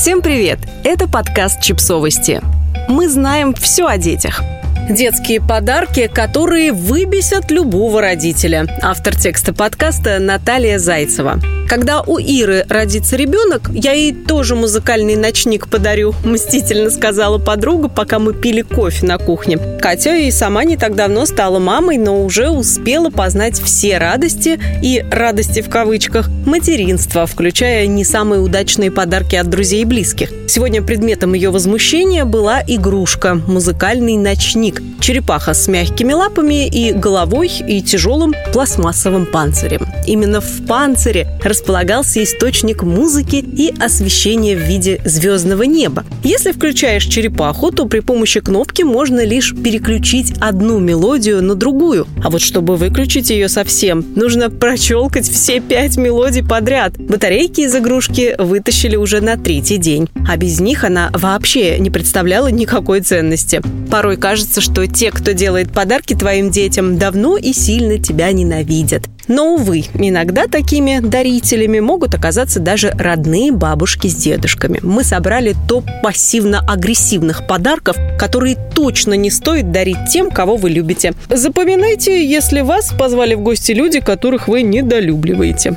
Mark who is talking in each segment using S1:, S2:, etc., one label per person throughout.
S1: Всем привет! Это подкаст «Чипсовости». Мы знаем все о детях. Детские подарки, которые выбесят любого родителя. Автор текста подкаста Наталья Зайцева. Когда у Иры родится ребенок, я ей тоже музыкальный ночник подарю, мстительно сказала подруга, пока мы пили кофе на кухне. Катя и сама не так давно стала мамой, но уже успела познать все радости, и радости в кавычках, материнства, включая не самые удачные подарки от друзей и близких. Сегодня предметом ее возмущения была игрушка – музыкальный ночник. Черепаха с мягкими лапами и головой, и тяжелым пластмассовым панцирем. Именно в панцире располагался источник музыки и освещения в виде звездного неба. Если включаешь черепаху, то при помощи кнопки можно лишь переключить одну мелодию на другую. А вот чтобы выключить ее совсем, нужно прощелкать все 5 мелодий подряд. Батарейки из игрушки вытащили уже на 3-й день. А без них она вообще не представляла никакой ценности. Порой кажется, что те, кто делает подарки твоим детям, давно и сильно тебя ненавидят. Но, увы, иногда такими дарителями могут оказаться даже родные бабушки с дедушками. Мы собрали топ пассивно-агрессивных подарков, которые точно не стоит дарить тем, кого вы любите. Запоминайте, если вас позвали в гости люди, которых вы недолюбливаете.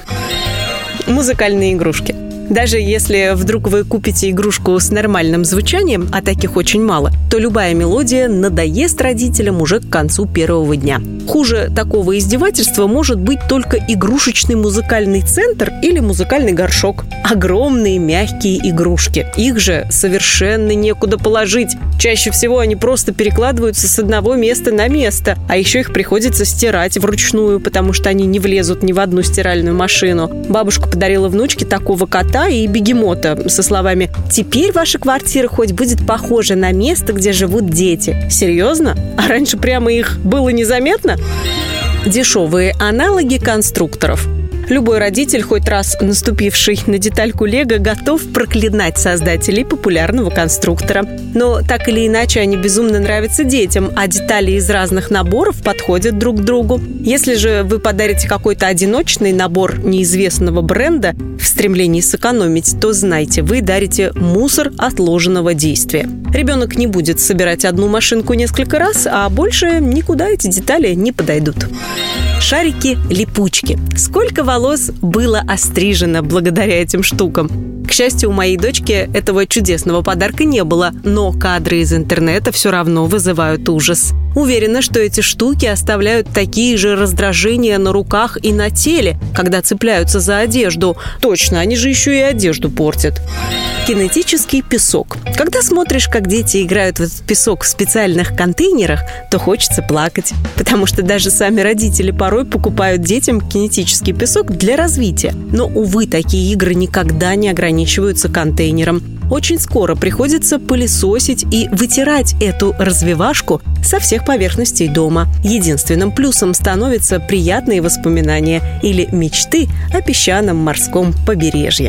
S1: Музыкальные игрушки. Даже если вдруг вы купите игрушку с нормальным звучанием, а таких очень мало, то любая мелодия надоест родителям уже к концу первого дня. Хуже такого издевательства может быть только игрушечный музыкальный центр или музыкальный горшок. Огромные мягкие игрушки. Их же совершенно некуда положить. Чаще всего они просто перекладываются с одного места на место, а еще их приходится стирать вручную, потому что они не влезут ни в одну стиральную машину. Бабушка подарила внучке такого кота и бегемота со словами: «Теперь ваша квартира хоть будет похожа на место, где живут дети». Серьезно? А раньше прямо их было незаметно? Дешевые аналоги конструкторов. Любой родитель, хоть раз наступивший на детальку Лего, готов проклинать создателей популярного конструктора. Но так или иначе они безумно нравятся детям, а детали из разных наборов подходят друг к другу. Если же вы подарите какой-то одиночный набор неизвестного бренда в стремлении сэкономить, то знайте, вы дарите мусор отложенного действия. Ребенок не будет собирать одну машинку несколько раз, а больше никуда эти детали не подойдут. Шарики-липучки. Сколько волос было острижено благодаря этим штукам. К счастью, у моей дочки этого чудесного подарка не было, но кадры из интернета все равно вызывают ужас. Уверена, что эти штуки оставляют такие же раздражения на руках и на теле, когда цепляются за одежду. Точно, они же еще и одежду портят. Кинетический песок. Когда смотришь, как дети играют в этот песок в специальных контейнерах, то хочется плакать. Потому что даже сами родители порой покупают детям кинетический песок для развития. Но, увы, такие игры никогда не ограничиваются контейнером. Очень скоро приходится пылесосить и вытирать эту развивашку со всех поверхностей дома. Единственным плюсом становятся приятные воспоминания или мечты о песчаном морском побережье.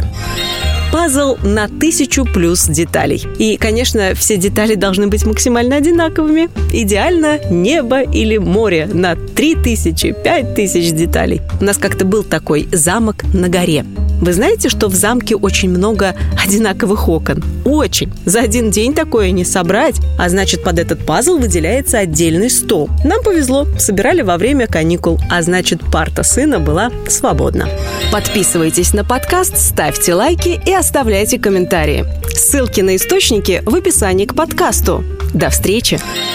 S1: Пазл на 1000 плюс деталей. И, конечно, все детали должны быть максимально одинаковыми. Идеально небо или море на 3000, 5000 деталей. У нас как-то был такой замок на горе. Вы знаете, что в замке очень много одинаковых окон? Очень! За один день такое не собрать, а значит, под этот пазл выделяется отдельный стол. Нам повезло, собирали во время каникул, а значит, парта сына была свободна. Подписывайтесь на подкаст, ставьте лайки и оставляйте комментарии. Ссылки на источники в описании к подкасту. До встречи!